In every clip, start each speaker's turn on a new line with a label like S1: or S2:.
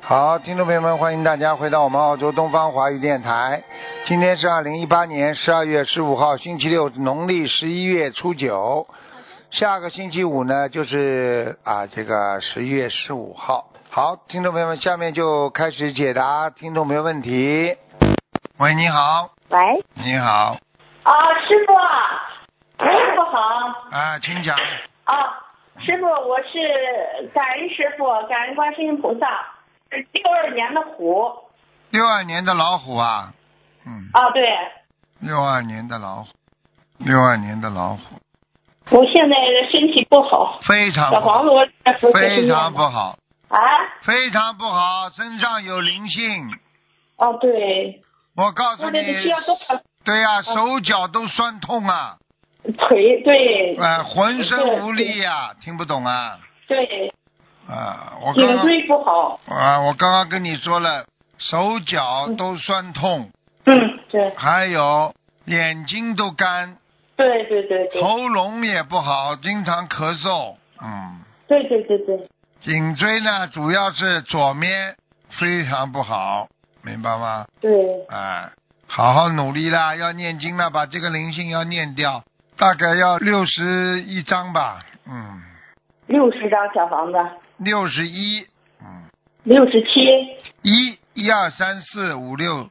S1: 好，听众朋友们，欢迎大家回到我们澳洲东方华语电台。今天是2018年12月15号，星期六，农历11月初9。下个星期五呢，就是这个11月15号。好，听众朋友们，下面就开始解答听众朋友问题。喂，你好。
S2: 喂。
S1: 你好。
S2: 师傅，师傅好。
S1: 请讲。
S2: 师傅，我是感恩师傅，感恩观世音菩萨。62年的虎。
S1: 62年的老虎啊。
S2: 对。
S1: 62年的老虎。62年的老虎。
S2: 我现在身体不好。
S1: 非常不好。
S2: 小房子我
S1: 非常不好。非常不好，身上有灵性。
S2: 对。
S1: 我告诉你。对呀，手脚都酸痛啊。
S2: 腿对。
S1: 浑身无力啊，听不懂啊。
S2: 对。
S1: 颈
S2: 椎不好。
S1: 我刚刚跟你说了，手脚都酸痛。
S2: 对。
S1: 还有眼睛都干。
S2: 对。
S1: 喉咙也不好，经常咳嗽。
S2: 对。
S1: 颈椎呢，主要是左面非常不好，明白吗？
S2: 对。
S1: 好好努力啦，要念经了，把这个灵性要念掉，大概要61章吧。
S2: 60张小房子。
S1: 61。
S2: 67。
S1: 1 2 3 4 5 6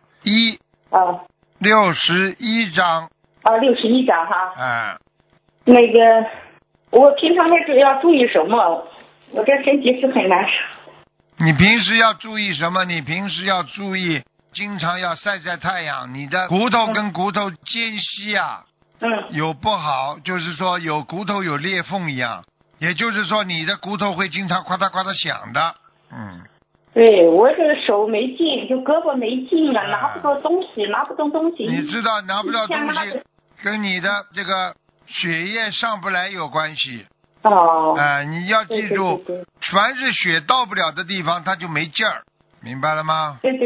S1: 1。61章。
S2: 61张哈。
S1: 那
S2: 个，我平常这要注意什么？我这身体是很难受。
S1: 你平时要注意什么？你平时要注意，经常要晒晒太阳，你的骨头跟骨头间隙有不好，就是说有骨头有裂缝一样，也就是说你的骨头会经常夸嗒夸嗒响的。
S2: 对，我这个手没劲，就胳膊没劲了，拿不动东西。
S1: 你知道拿不了东西跟你的这个血液上不来有关系。你要记住，凡是血到不了的地方，它就没劲儿，明白了吗？
S2: 对。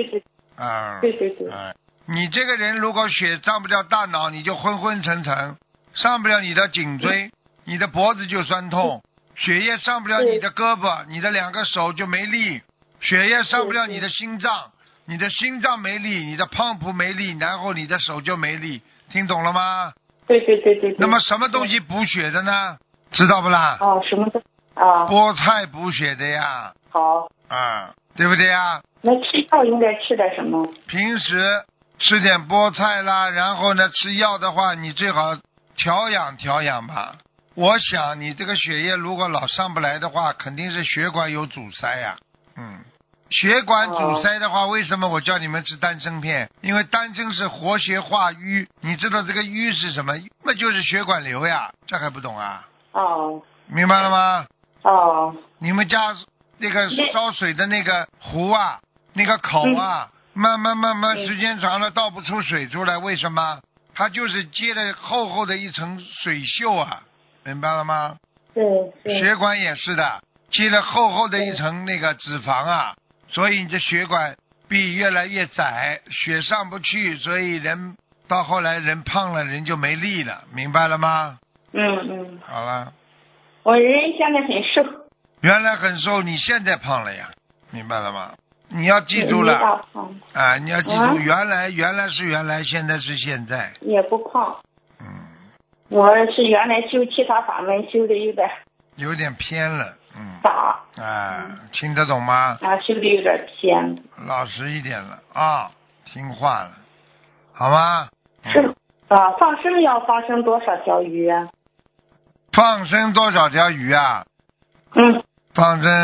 S1: 你这个人如果血上不了大脑，你就昏昏沉沉，上不了你的颈椎，你的脖子就酸痛，血液上不了你的胳膊，你的2个手就没力，血液上不了你的心脏，你的心脏没力，你的pump没力，然后你的手就没力，听懂了吗？
S2: 对。
S1: 那么什么东西补血的呢？知道不啦？
S2: 什么的
S1: 菠菜补血的呀。
S2: 好。
S1: 对不对呀？
S2: 那吃药应该吃点什么？
S1: 平时吃点菠菜啦，然后呢，吃药的话，你最好调养吧。我想你这个血液如果老上不来的话，肯定是血管有阻塞呀。血管阻塞的话，为什么我叫你们吃丹参片？因为丹参是活血化瘀，你知道这个瘀是什么？那就是血管瘤呀，这还不懂啊？明白了吗？你们家那个烧水的那个壶啊，那个口啊，慢慢时间长了倒不出水出来，为什么？它就是接了厚厚的一层水锈啊，明白了吗？
S2: 对。
S1: 血管也是的，接了厚厚的一层那个脂肪啊，所以你这血管壁越来越窄，血上不去，所以人到后来人胖了，人就没力了，明白了吗？好了。
S2: 我人现在很瘦。
S1: 原来很瘦，你现在胖了呀，明白了吗？你要记住了。你要记住，原来是原来，现在是现在。
S2: 也不胖。我是原来修其他法门修的
S1: 有点偏了。
S2: 杂。
S1: 听得懂吗？
S2: 修的有点偏。
S1: 老实一点了听话了，好吗？
S2: 是放生要放生多少条鱼啊？
S1: 放生多少条鱼啊？放生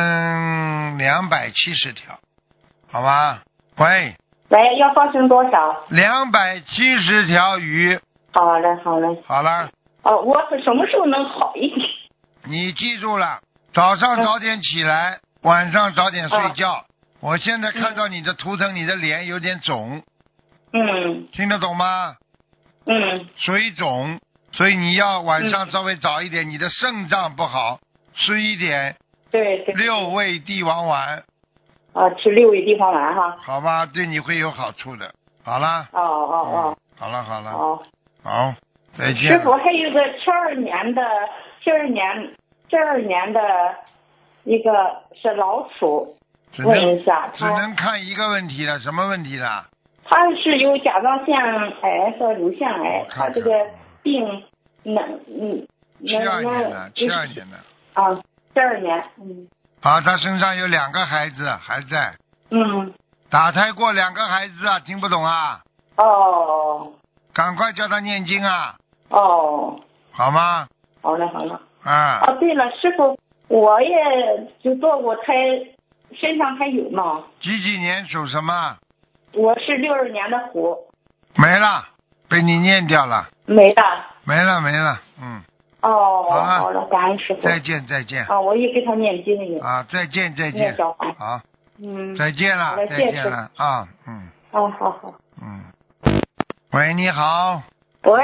S1: 270条，好吧？喂，
S2: 要放生多少
S1: ？270条鱼。
S2: 好了。我什么时候能好一点？
S1: 你记住了，早上早点起来，晚上早点睡觉。我现在看到你的图腾，你的脸有点肿。听得懂吗？水肿，所以你要晚上稍微早一点。你的肾脏不好，吃一点6味地黄丸。
S2: 吃6味地黄丸哈。
S1: 好吧，对你会有好处的。好了。好了。好，再见。
S2: 师傅，还有个72年的一个是老鼠。 问一下
S1: 只能看一个问题了，什么问题了？
S2: 他是有甲状腺癌和乳腺癌，他这个病
S1: 72年的，72年的。
S2: 啊，72年，
S1: 好，他身上有2个孩子还在。打胎过2个孩子啊，听不懂啊？
S2: 哦。
S1: 赶快叫他念经啊！
S2: 哦。
S1: 好吗？
S2: 好了好了。
S1: 啊。
S2: 哦，对了，师傅，我也就做过胎，身上还有吗？
S1: 几年属什么？
S2: 我是62年的虎。
S1: 没了，被你念掉了。
S2: 没了。
S1: 没了，
S2: 哦，
S1: 好
S2: 了，感恩师傅。
S1: 再见。
S2: 啊，我也给他念经了。
S1: 啊，再见。好。再见了，再见了啊，
S2: 哦，好。
S1: 喂，你好。
S3: 喂。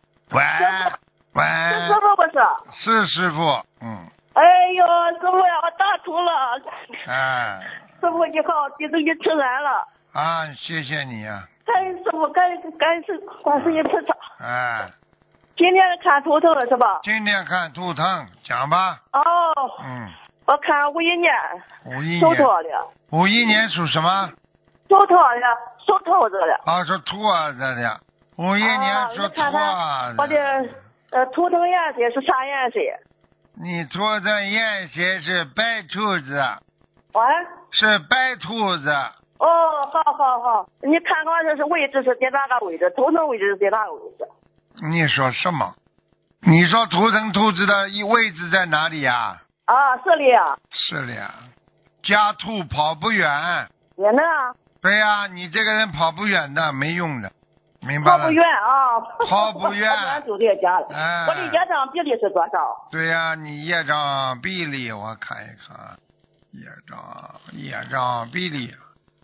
S1: 是
S3: 师傅不是？
S1: 是师傅，
S3: 哎呦，师傅呀，我打通了。
S1: 哎。
S3: 师傅你好，弟子给请安了。
S1: 啊，谢谢你啊。
S3: 感恩师傅，感恩观世音菩萨。
S1: 哎。
S3: 今天看图腾了是吧？
S1: 今天看图腾，讲吧。
S3: 哦。我看51年。属兔的。
S1: 51年属什么？
S3: 属兔的，属兔子的。
S1: 啊，属兔子的。51年属兔子。
S3: 我的图腾颜色是啥颜色？
S1: 你图腾颜色是白兔子。是白兔子。
S3: 哦，好，你看看这是位置是在哪个位置？图腾位置是在哪个位置？
S1: 你说什么？你说图腾兔子的位置在哪里呀？
S3: 啊，是的呀。
S1: 是的呀，家兔跑不远。
S3: 也能。
S1: 对呀，你这个人跑不远的，没用的，明白了？
S3: 跑不远啊。
S1: 跑不远。
S3: 就在家了。
S1: 哎。
S3: 我的业障比例是多少？
S1: 对呀，你业障比例我看一看，业障比例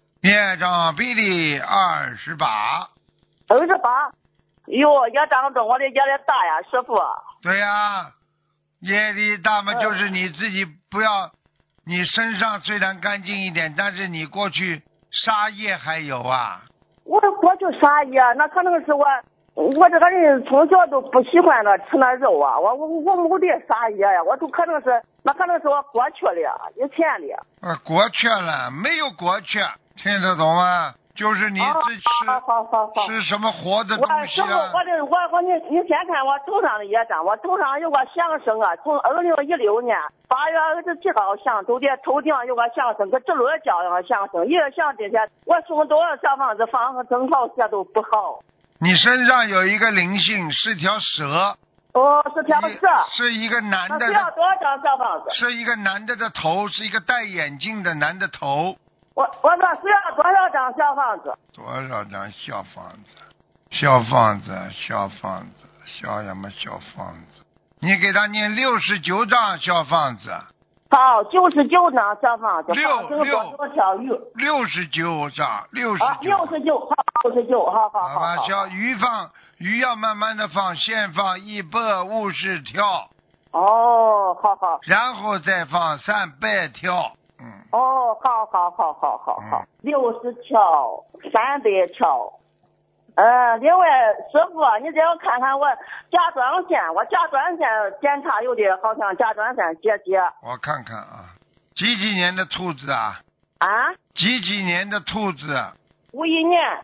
S1: 28。
S3: 28。哟，业障重，我的业力大呀，师傅。
S1: 对呀，业力大嘛，就是你自己不要，你身上虽然干净一点，但是你过去杀业还有啊。
S3: 我过去杀业，那可能是我这个人从小都不喜欢吃那肉啊，我没得杀业呀，可能是我过去了，以前的。
S1: 过去了，没有过去，听得懂吗？就是你自己吃什么活的东西啊？
S3: 你先看我头上的业障，我头上有个响声啊，从2016年8月27号响，头顶有个响声，跟直轮叫一个响声，一个响之前我送多少小房子放和正好写都不好。
S1: 你身上有一个灵性，是条蛇。
S3: 哦，是条蛇。
S1: 是一个男的。
S3: 需要多少张小房子？
S1: 是一个男的的头，是一个戴眼镜的男的头。
S3: 我说需要多少张小房子？
S1: 多少张小房子？小房子，小房子。你给他念69张小房子。
S3: 好，99张小房子。
S1: 69
S3: 条鱼。
S1: 69张
S3: ，69，好，69，好。
S1: 把小鱼要慢慢的放，先放150条。
S3: 哦，好。
S1: 然后再放300条。
S3: 哦，好，60条，300条。另外，师傅，你再我看看我甲状腺检查有的好像甲状腺结节。
S1: 我看看啊，几年的兔子啊？几年的兔子
S3: ？51年。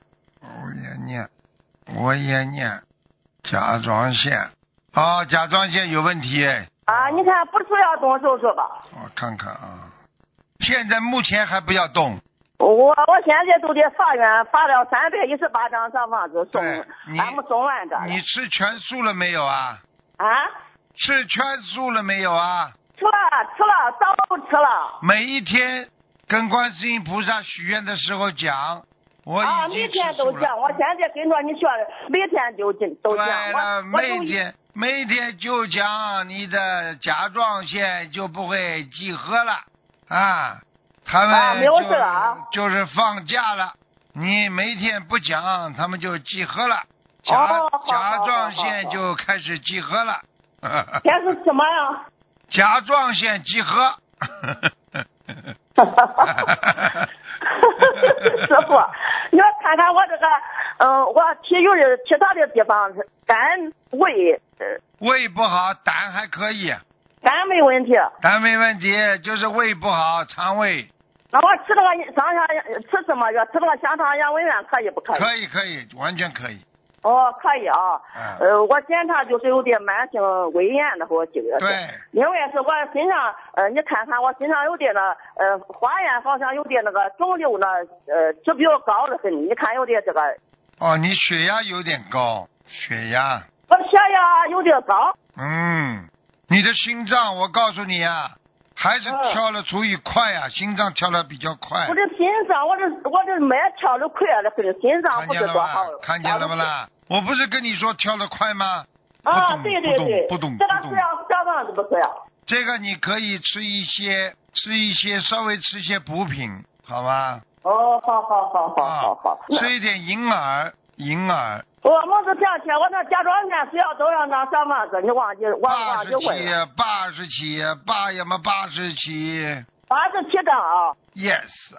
S1: 我也念甲状腺。甲状腺有问题。
S3: 你看不是要动手术吧？
S1: 我看看啊，现在目前还不要动。
S3: 我现在都在法院发了318张小房子送，俺们送完的。
S1: 你吃全素了没有啊？吃全素了没有啊？
S3: 吃了，早都吃了。
S1: 每一天跟观世音菩萨许愿的时候讲，我已经
S3: 每天都讲，我现在跟着你学，每天都讲。
S1: 对了，每天就讲，你的甲状腺就不会集合了啊。他们就是放假了，你每天不讲，他们就集合了，甲状腺就开始集合了。
S3: 这是什么呀？
S1: 甲状腺集合。
S3: 师傅，你要看看我这个，我体育的其他的地方是肝胃。
S1: 胃不好，胆还可以。
S3: 肝没问题，
S1: 胆没问题，就是胃不好，肠胃。
S3: 那我吃那个上下吃什么药？吃那个香肠阳痿丸可以不可以？
S1: 可以，完全可以。
S3: 哦，可以啊。我检查就是有点慢性胃炎的，我记得。
S1: 对。
S3: 另外是我身上，你看看我身上有点化验好像有点那个肿瘤呢，指标高的很，你看有点这个。
S1: 哦，你血压有点高，血压。
S3: 我血压有点高。
S1: 你的心脏，我告诉你啊，还是跳了足以快啊，心脏跳得比较快。
S3: 我这心脏，我这脉跳得快了，可是心脏不是多好。
S1: 看见了不啦？我不是跟你说跳得快吗？
S3: 对，
S1: 不懂。
S3: 这个是要小房子不是呀？
S1: 这个你可以吃一些，稍微吃一些补品，好吗？
S3: 哦，好。
S1: 吃一点银耳。
S3: 我们是想起我那甲状腺需要多少张小房子？你忘记问了。
S1: 87，八也嘛87。
S3: 87张啊。
S1: Yes。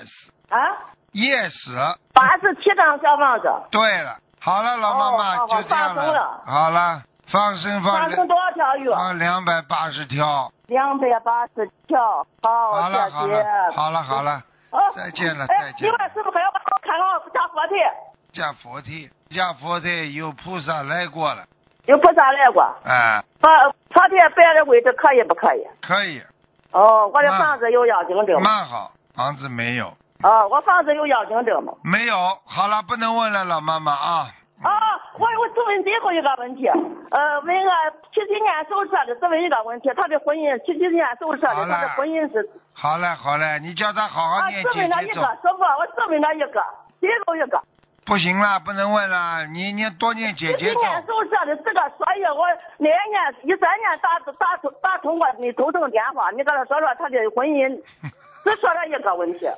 S3: Yes。87张小房子。
S1: 对了，好了，老妈妈就这样了。好了，放生多
S3: 少条鱼？
S1: 放280条。
S3: 280条。好，谢谢。
S1: 好了。再见了。
S3: 另外师傅还要看看
S1: 加佛体有菩萨来过了。
S3: 有菩萨来过。佛体摆的位置可以不可以？
S1: 可以。
S3: 我的房子有要经症。
S1: 蛮好，房子没有。
S3: 我房子有要经症吗？
S1: 没有。好了，不能问了，老妈妈啊。
S3: 我只问最后一个问题。问个77年手术的，只问一个问题，他的婚姻77年手术的，他的婚姻是。
S1: 好嘞，你叫他好好念
S3: 只问了一个，师傅，我只问了一个，最后一个。
S1: 不行了，不能问了，你多念姐姐咒。
S3: 77年手术的这个，所以我那年13年打通过你头疼电话，你跟他说他的婚姻，只说了一个问题。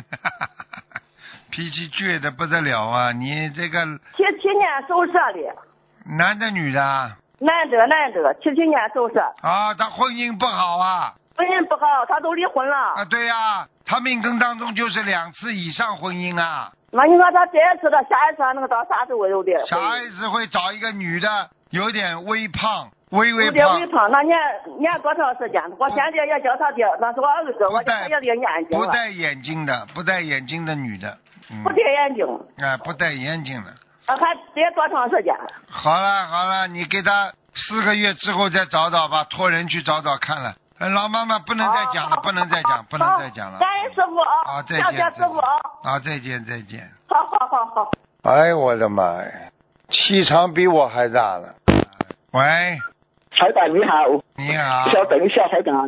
S1: 脾气倔的不得了啊！你这个
S3: 77年手术的，
S1: 男的女的？
S3: 男的，77年手术。
S1: 他婚姻不好啊。
S3: 婚姻不好，他都离婚了。
S1: 对呀，他命根当中就是2次以上婚姻啊。
S3: 那你说他这一次的，下一次还能到啥时候有点？
S1: 下一次会找一个女的，有点微胖，微胖。
S3: 有点微胖，那念多长时间？我现在也叫他爹，那是我儿子，我叫他也得念经了。
S1: 不戴眼睛的女的。
S3: 不戴眼睛。
S1: 不戴眼睛的。
S3: 还得多长时间？
S1: 好了，你给他4个月之后再找找吧，托人去找找看了。老妈妈不能再讲了，不能再讲了。
S3: 感恩师傅啊！
S1: 再见，
S3: 师傅啊！
S1: 再见。
S3: 好。
S1: 哎，我的妈呀，气场比我还大了。喂，
S4: 台长你好。
S1: 你好。
S4: 稍等一下，台长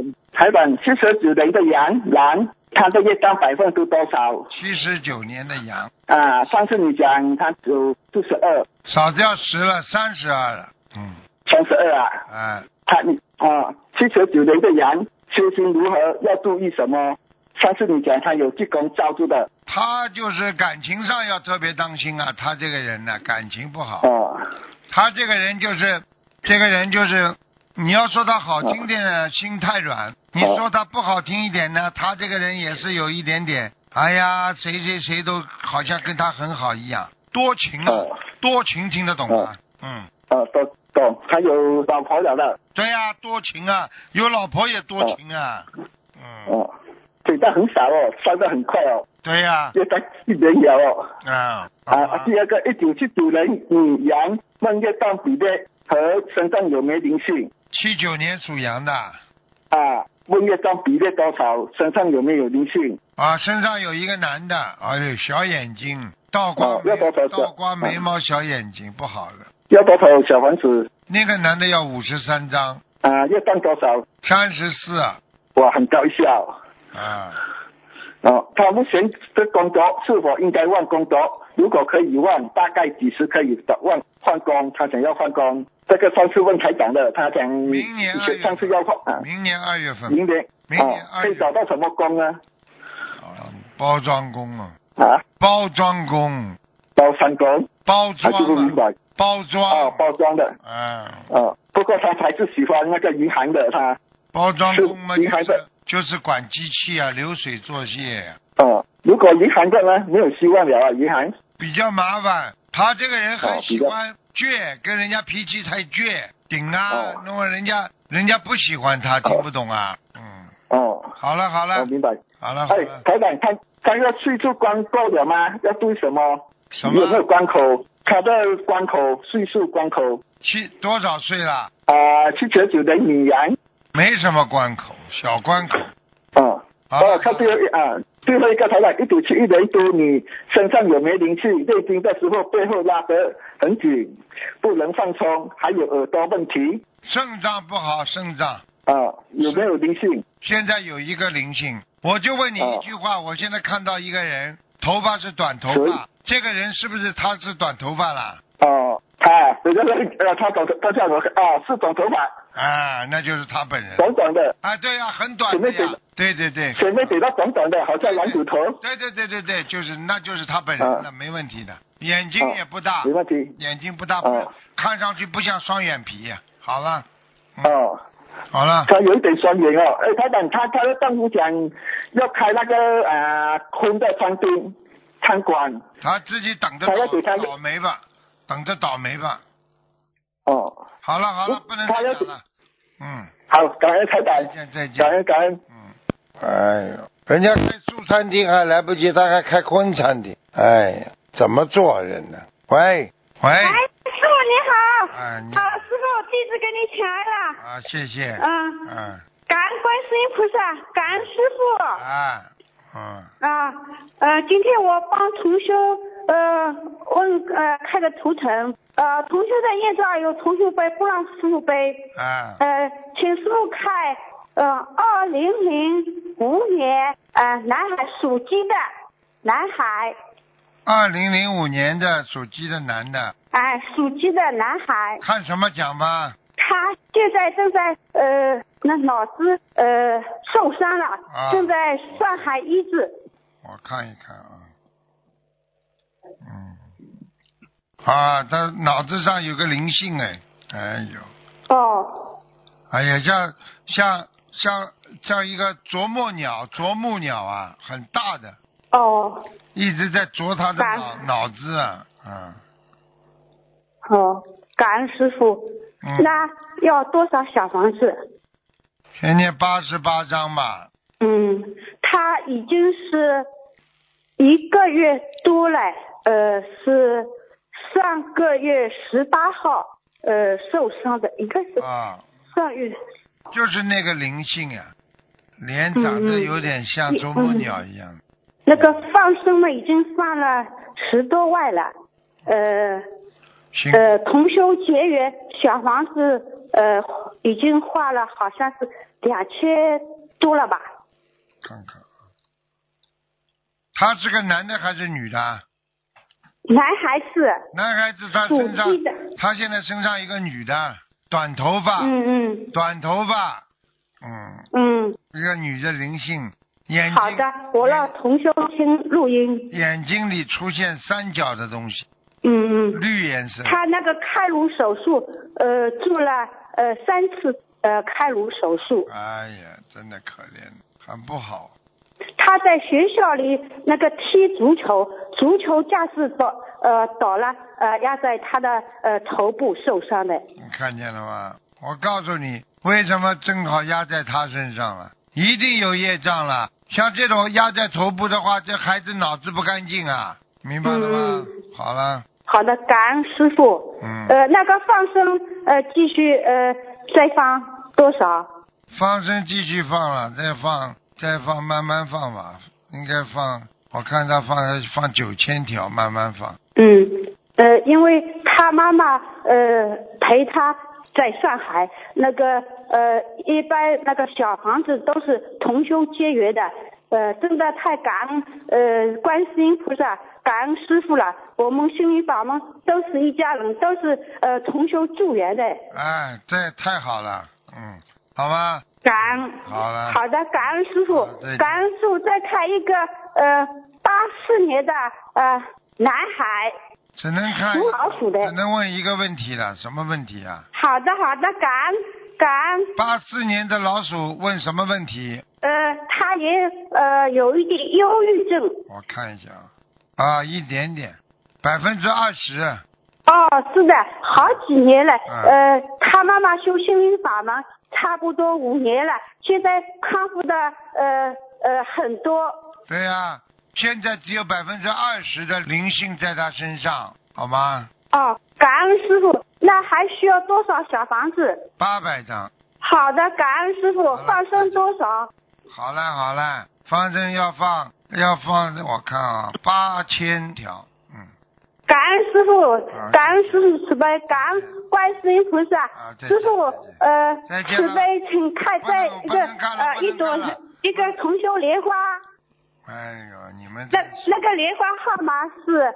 S4: ，79年的羊，他的业障%都多少
S1: ？79年的羊。
S4: 上次你讲他有42。
S1: 少掉10了，32了。
S4: 32啊。79年的羊修行如何？要注意什么？上次你讲他有济公罩住的。
S1: 他就是感情上要特别当心啊，他这个人呢，感情不好。他这个人就是，你要说他好听点呢，心太软；你说他不好听一点呢，他这个人也是有一点点，哎呀，谁都好像跟他很好一样，多情听得懂吗？
S4: 懂，他有老婆了的。
S1: 对呀，多情啊，有老婆也多情啊。
S4: 嘴巴很少烧得很快
S1: 对呀。
S4: 也在1年有第二个1979年女羊梦月断比例和身上有没有灵性
S1: ？79年属羊的。
S4: 梦月断比例多少？身上有没有灵性？
S1: 身上有一个男的，小眼睛，倒挂眉毛，小眼睛，不好的。
S4: 要多少小房子？
S1: 那个男的要53张。
S4: 要当多少
S1: ？34。
S4: 哇，很高效。他目前的工作是否应该换工作？如果可以换，大概几时可以换工？他想要换工。这个上次问台长的，他讲
S1: 明年2月份。
S4: 上次要换。
S1: 明年2月份。
S4: 明年2月份。可以找到什么工呢？
S1: 包装工包装工。
S4: 包山工。
S1: 包装。
S4: 还是不明白。
S1: 包装。
S4: 包装的。不过他还是喜欢那个银行的，他。
S1: 包装工嘛，就是管机器啊，流水作业。
S4: 如果银行的呢，没有希望了银行
S1: 比较麻烦。他这个人很喜欢倔，跟人家脾气太倔，顶弄得人家不喜欢他，听不懂啊。好了，
S4: 我明白。
S1: 好了好
S4: 哎
S1: 了，，
S4: 台长，他要岁数关够了吗？要注意什么？
S1: 什么
S4: 有没有关口？他的关口岁数关口
S1: 多少岁了？
S4: 799的女羊。
S1: 没什么关口，小关口。
S4: 哦，
S1: 好了
S4: 看最后最后一个台长，1971的一嘟，你身上有没有灵气？念经的时候背后拉得很紧，不能放松，还有耳朵问题。
S1: 肾脏不好，肾脏
S4: 有没有灵性？
S1: 现在有一个灵性，我就问你一句话，我现在看到一个人头发是短头发，这个人是不是他是短头发啦？
S4: 有个人他叫我是短头发
S1: 那就是他本人。
S4: 短短的
S1: 对呀，很短的呀。对对对，
S4: 前面给他短短的，好像蓝骨头。
S1: 对，那就是他本人了，没问题的。眼睛也不大，
S4: 没问题。
S1: 眼睛不大，看上去不像双眼皮。好了。好了。
S4: 他有一点双眼哦。台长，他的丈夫讲要开那个空的餐馆。
S1: 他自己等着倒霉吧，等着倒霉吧。好了，不能再讲了。
S4: 好，感恩台长，
S1: 再见，
S4: 感恩。
S1: 哎呦，人家开素餐厅还来不及，他还开荤餐厅，哎呀，怎么做人呢？喂，
S5: 哎，师傅你好。
S1: 你
S5: 好，师傅，弟子给你请来了。
S1: 谢谢。
S5: 感恩观世音菩萨，感恩师傅。今天我帮同修开个图腾，同修的业障有同修背，不让师傅背。请师傅开2005年男孩属鸡的男孩。
S1: 2005年的属鸡的男的。
S5: 属鸡的男孩。
S1: 看什么讲吧？
S5: 他现在正在那脑子受伤了，正在上海医治。
S1: 我看一看他脑子上有个灵性哎呦。哎呀，像一个啄木鸟很大的。一直在啄他的脑子
S5: 感恩师傅。那要多少小房子？
S1: 先念88章吧。
S5: 他已经是1个月多了，是上个月18号受伤的，应该是上月。
S1: 就是那个灵性脸长得有点像啄木鸟一样。
S5: 那个放生呢，已经放了10多万了。同修结缘小房子已经花了好像是2000多了吧。
S1: 看看他是个男的还是女的？
S5: 男孩子。
S1: 男孩子，他身上他现在身上一个女的，短头发。短头发。一个女的灵性，眼睛。
S5: 好的，我让同修听录音。
S1: 眼睛里出现3角的东西。绿颜色。
S5: 他那个开颅手术做了3次开颅手术。
S1: 哎呀，真的可怜，很不好。
S5: 他在学校里那个踢足球，足球架是倒了压在他的头部受伤的。
S1: 你看见了吗？我告诉你，为什么正好压在他身上了？一定有业障了。像这种压在头部的话，这孩子脑子不干净啊，明白了吗？好了。
S5: 好的，感恩师傅。那个放生继续再放多少？
S1: 放生继续放了，再放，慢慢放吧。应该放，我看他放9000条，慢慢放。
S5: 因为他妈妈陪他在上海，那个一般那个小房子都是同修结缘的。真的太感恩观世音菩萨，感恩师傅了。我们心灵法门都是一家人，都是同修助缘的。
S1: 这太好了。好吧。
S5: 感恩。
S1: 好了。
S5: 好的，感恩师傅。感恩师傅再开一个84年的男孩。
S1: 只能看
S5: 属老鼠的。
S1: 只能问一个问题了，什么问题啊？
S5: 好的，感恩。
S1: 84年的老鼠问什么问题？
S5: 他也有一点忧郁症。
S1: 我看一下一点点，20%。
S5: 是的，好几年了。他妈妈修心灵法门差不多5年了，现在康复的很多。
S1: 对呀，现在只有20%的灵性在他身上，好吗？
S5: 哦，感恩师傅。那还需要多少小房子
S1: ？800张。
S5: 好的，感恩师傅。放生多少？
S1: 好了，放生要放，我看啊，8000条。
S5: 感恩师傅，感恩师傅慈悲，感恩观世音菩萨。师傅，慈悲，请看在一个重修莲花。
S1: 哎呦，你们
S5: 那个莲花号码是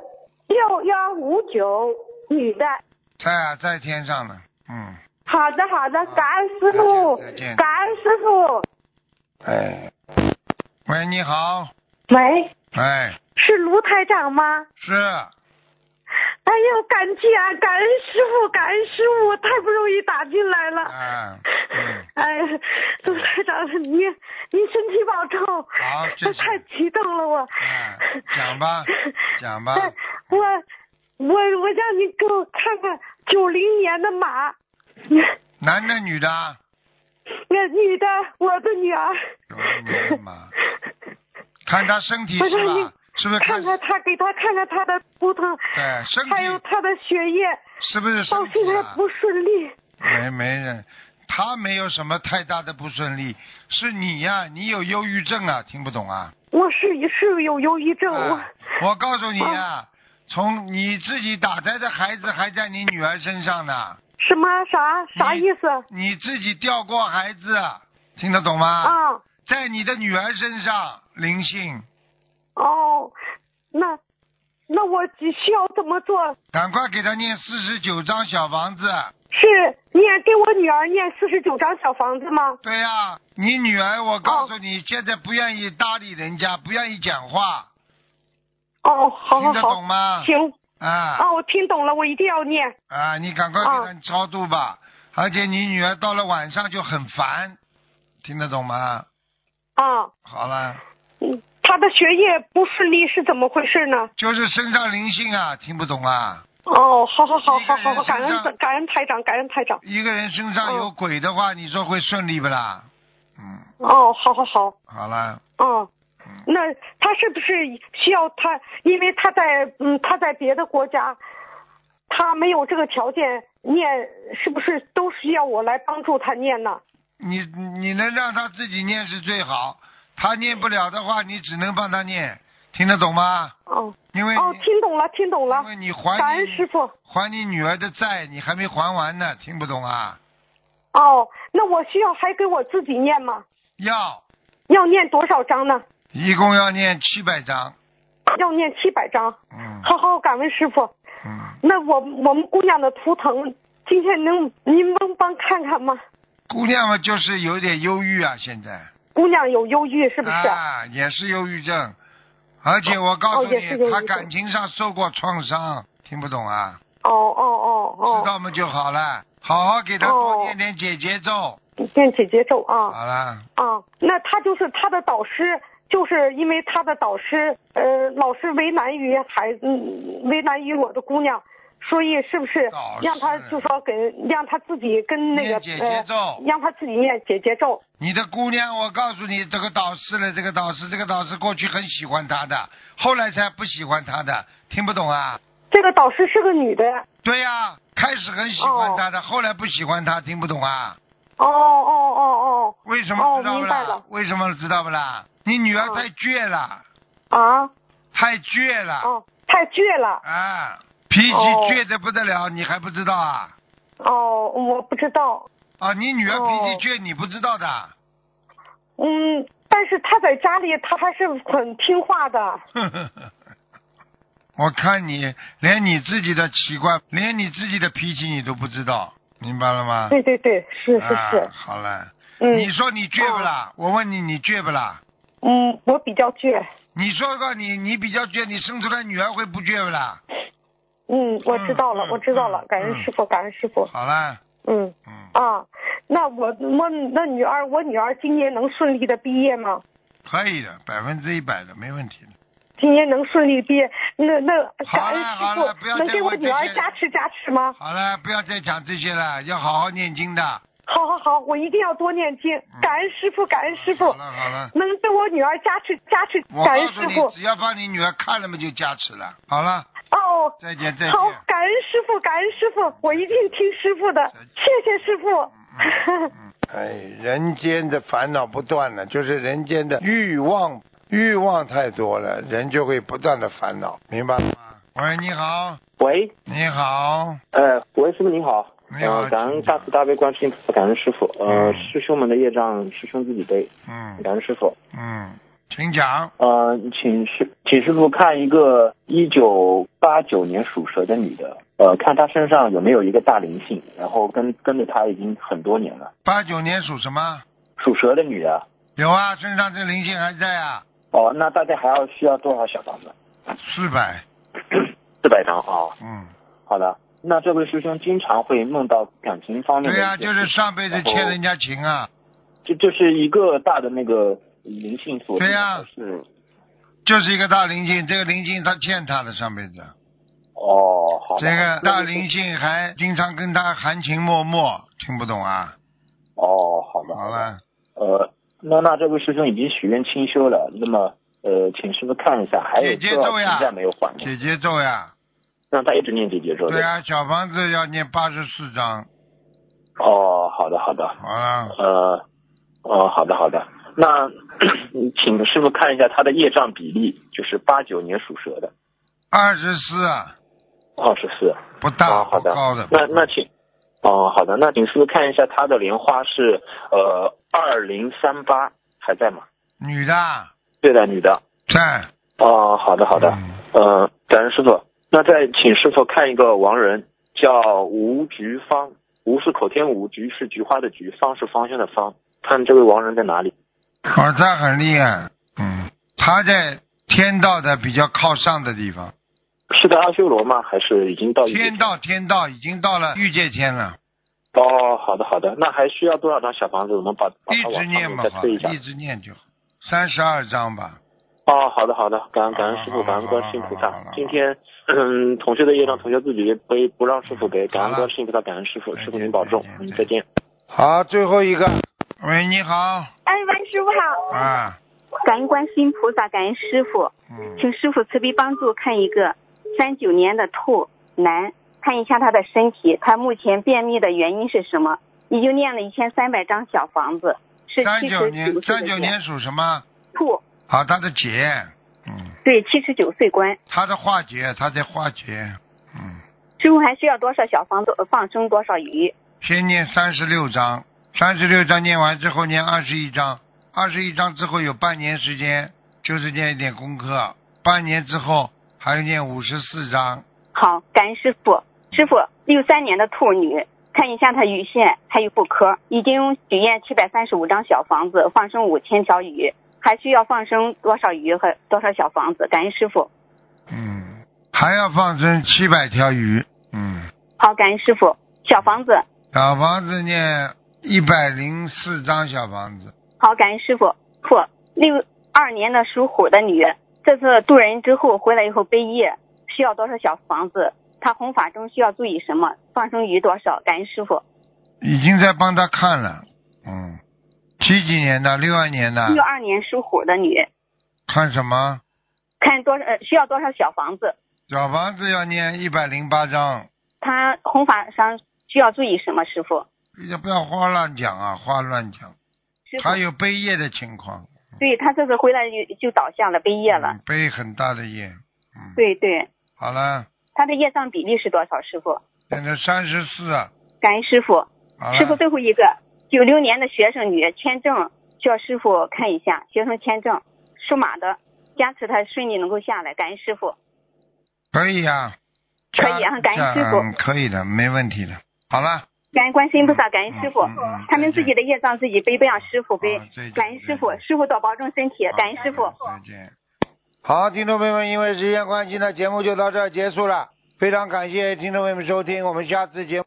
S5: 6159，女的。
S1: 在天上呢。
S5: 好的，感恩师傅，感恩师傅。
S1: 哎，喂，你好。
S5: 喂。
S1: 哎。
S5: 是卢台长吗？
S1: 是。
S5: 哎呦，感恩师傅，太不容易打进来了。哎呀，卢台长，您身体保重。
S1: 好，这
S5: 太激动了我。
S1: 讲吧。
S5: 我让你给我看看90年的马。
S1: 男的女的？
S5: 那女的，我的女儿。
S1: 90年的马。看他身体是吧？是不是
S5: 看看他，给他看看他的骨头，
S1: 对，身体
S5: 还有他的血液，
S1: 是不是
S5: 到现在不顺利？
S1: 没人，他没有什么太大的不顺利，是你呀，你有忧郁症啊，听不懂啊？
S5: 我是有忧郁症，
S1: 我告诉你啊，从你自己打胎的孩子还在你女儿身上呢。
S5: 什么啥意思？
S1: 你自己掉过孩子，听得懂吗？
S5: 啊，
S1: 在你的女儿身上灵性。
S5: 哦，那我只需要怎么做？
S1: 赶快给他念49张小房子。
S5: 是给我女儿念49张小房子吗？
S1: 对呀，你女儿，我告诉你，现在不愿意搭理人家，不愿意讲话。
S5: 哦，好，
S1: 听得懂吗？
S5: 行。
S1: 啊。
S5: 我听懂了，我一定要念。
S1: 啊，你赶快给她超度吧。而且你女儿到了晚上就很烦，听得懂吗？好了。
S5: 他的学业不顺利是怎么回事呢？
S1: 就是身上灵性啊，听不懂啊。
S5: 好，感恩台长。
S1: 一个人身上有鬼的话，你说会顺利不啦？
S5: 好。
S1: 好了。
S5: 那他是不是需要他？因为他在别的国家，他没有这个条件念，是不是都需要我来帮助他念呢？
S1: 你能让他自己念是最好。他念不了的话，你只能帮他念，听得懂吗？因为
S5: 听懂了。
S1: 因为你
S5: 感恩师傅，
S1: 还你女儿的债，你还没还完呢，听不懂啊？
S5: 那我需要还给我自己念吗？
S1: 要
S5: 念多少章呢？
S1: 一共要念700章。
S5: 要念700章。好，感恩师傅。那我们姑娘的图腾，今天您能帮看看吗？
S1: 姑娘嘛，就是有点忧郁啊，现在。
S5: 姑娘有忧郁是不是？
S1: 也是忧郁症，而且我告诉你，她感情上受过创伤，听不懂啊？知道吗就好了，好好给她多念点解结咒。
S5: 念解结咒啊。
S1: 好了。
S5: 那他就是他的导师，就是因为他的导师老是为难于我的姑娘。所以是不是让他就说让他自己跟那个
S1: 解结咒，
S5: 让他自己念解结咒。
S1: 你的姑娘，我告诉你，这个导师过去很喜欢他的，后来才不喜欢他的，听不懂啊？
S5: 这个导师是个女的。
S1: 对呀，开始很喜欢他的，后来不喜欢他，听不懂啊？为什么知道不啦？为什么知道不啦？你女儿太倔了。太倔了。
S5: 太倔了。
S1: 脾气倔得不得了，你还不知道啊？
S5: 我不知道。
S1: 你女儿脾气倔，你不知道的。
S5: 但是她在家里，她还是很听话的。
S1: 我看你连你自己的奇怪，连你自己的脾气你都不知道，明白了吗？
S5: 对，是。
S1: 好了。你说你倔不啦？我问你，你倔不啦？
S5: 我比较倔。
S1: 你说个你比较倔，你生出来女儿会不倔不啦？
S5: 我知道了，感恩师傅，
S1: 好了。
S5: 那我女儿今年能顺利的毕业吗？
S1: 可以的，100%的，没问题的。
S5: 今年能顺利毕业，那感恩师傅
S1: 不要
S5: 能给我女儿加持吗？
S1: 好了，不要再讲这些了，要好好念经的。
S6: 好，我一定要多念经。感恩师傅，感恩师傅。
S1: 好了，
S6: 能被我女儿加持，
S1: 我
S6: 感恩
S1: 告诉你，
S6: 师傅。
S1: 只要把你女儿看了嘛，就加持了。好了。
S6: 哦。
S1: 再见。
S6: 好，感恩师傅，感恩师傅，我一定听师傅的，谢谢师傅。
S1: 哎，人间的烦恼不断了，就是人间的欲望太多了，人就会不断的烦恼，明白了吗？喂，你好。
S7: 喂。
S1: 你好。
S7: 喂，师傅你好。
S1: 你好。
S7: 感恩大慈大悲观世音菩萨，感恩师傅。师兄们的业障，师兄自己背。感恩师傅。
S1: 请讲。
S7: 请师傅看一个1989年属蛇的女的，看她身上有没有一个大灵性，然后跟着她已经很多年了。
S1: 89年属什么？
S7: 属蛇的女的。
S1: 有啊，身上这灵性还在啊。
S7: 那大概需要多少小房子？400张啊。好的。那这位师兄经常会梦到感情方面的。
S1: 对啊，就是上辈子欠人家情啊。
S7: 这是一个大的那个灵性所。
S1: 对啊。就是一个大灵性，这个灵性他欠他的上辈子。
S7: 好的。
S1: 这个大灵性还经常跟他含情脉脉，听不懂啊？
S7: 好的。
S1: 好了。
S7: 那这位师兄已经许愿清修了，那么请师傅看一下，还有多少情债没有还？
S1: 解结咒呀。
S7: 让他一直念解结咒。
S1: 对啊，小房子要念84章。
S7: 好的。好了。好的。那请师傅看一下他的业障比例，就是89年属蛇的。
S1: 24啊。
S7: 24。
S1: 不大。
S7: 好的。
S1: 高的。
S7: 那请。好的。那请师傅看一下他的莲花是2038，还在吗？
S1: 女的。
S7: 对的，女的。
S1: 在。
S7: 好的。感恩师傅。那再请师傅看一个亡人，叫吴菊芳。吴是口天吴，菊是菊花的菊，芳是芳香的芳。看这位亡人在哪里？
S1: 他很厉害。他在天道的比较靠上的地方。
S7: 是在阿修罗吗？还是已经到
S1: 天道已经到了欲界天了。
S7: 好的。那还需要多少张小房子？我们把它往上面再推一下。
S1: 一直念就好，32张吧。
S7: 好的。感恩师傅，感恩观世音菩萨。今天同学的业障同学自己背，不让师傅背。感恩观世音菩萨，感恩师傅，师傅您保重。再见。
S1: 好，最后一个。喂，你好。
S8: 喂，师傅好。感恩观世音菩萨，感恩师傅。请师傅慈悲帮助看一个39年的兔男，看一下他的身体，他目前便秘的原因是什么？已经念了1300张小房子。是
S1: 39年属什么？
S8: 兔。
S1: 好，他的劫。
S8: 对，79岁关。
S1: 他的化劫，他在化劫。
S8: 师傅还需要多少小房子放生多少鱼？
S1: 先念36章，36章念完之后念21章，21章之后有半年时间，就是念一点功课，半年之后还要念54章。
S8: 好，感恩师傅。师傅，63年的兔女，看一下她乳腺还有妇科，已经许愿735张小房子，放生5000条鱼，还需要放生多少鱼和多少小房子？感恩师傅。
S1: 还要放生700条鱼。
S8: 好，感恩师傅。小房子
S1: 念104张小房子。
S8: 好，感恩师傅。62年的属虎的女，这次渡人之后回来以后背业，需要多少小房子？她弘法中需要注意什么？放生鱼多少？感恩师傅。
S1: 已经在帮她看了。几年的？62年的。
S8: 62年属虎的女。
S1: 看什么？
S8: 看需要多少小房子？
S1: 小房子要念108张。
S8: 她弘法上需要注意什么？师傅。
S1: 也不要话乱讲。他有背业的情况。
S8: 对，他这次回来就倒下了，背业了。
S1: 背很大的业。
S8: 对。
S1: 好了。
S8: 他的业障比例是多少？师傅。
S1: 现在34。
S8: 感恩师傅。师傅最后一个96年的学生女，签证需要师傅看一下，学生签证属马的，加持他顺利能够下来。感恩师傅。
S1: 可以呀。
S8: 可以啊，感恩师傅。
S1: 可以的，没问题的。好了。
S8: 感恩观世音菩萨，感恩师傅。他们自己的业障自己背，不让师傅背。感恩师傅，师傅多保重身体。感恩师傅。
S1: 再见。好，听众朋友们，因为时间关系呢，节目就到这儿结束了。非常感谢听众朋友们收听，我们下次节目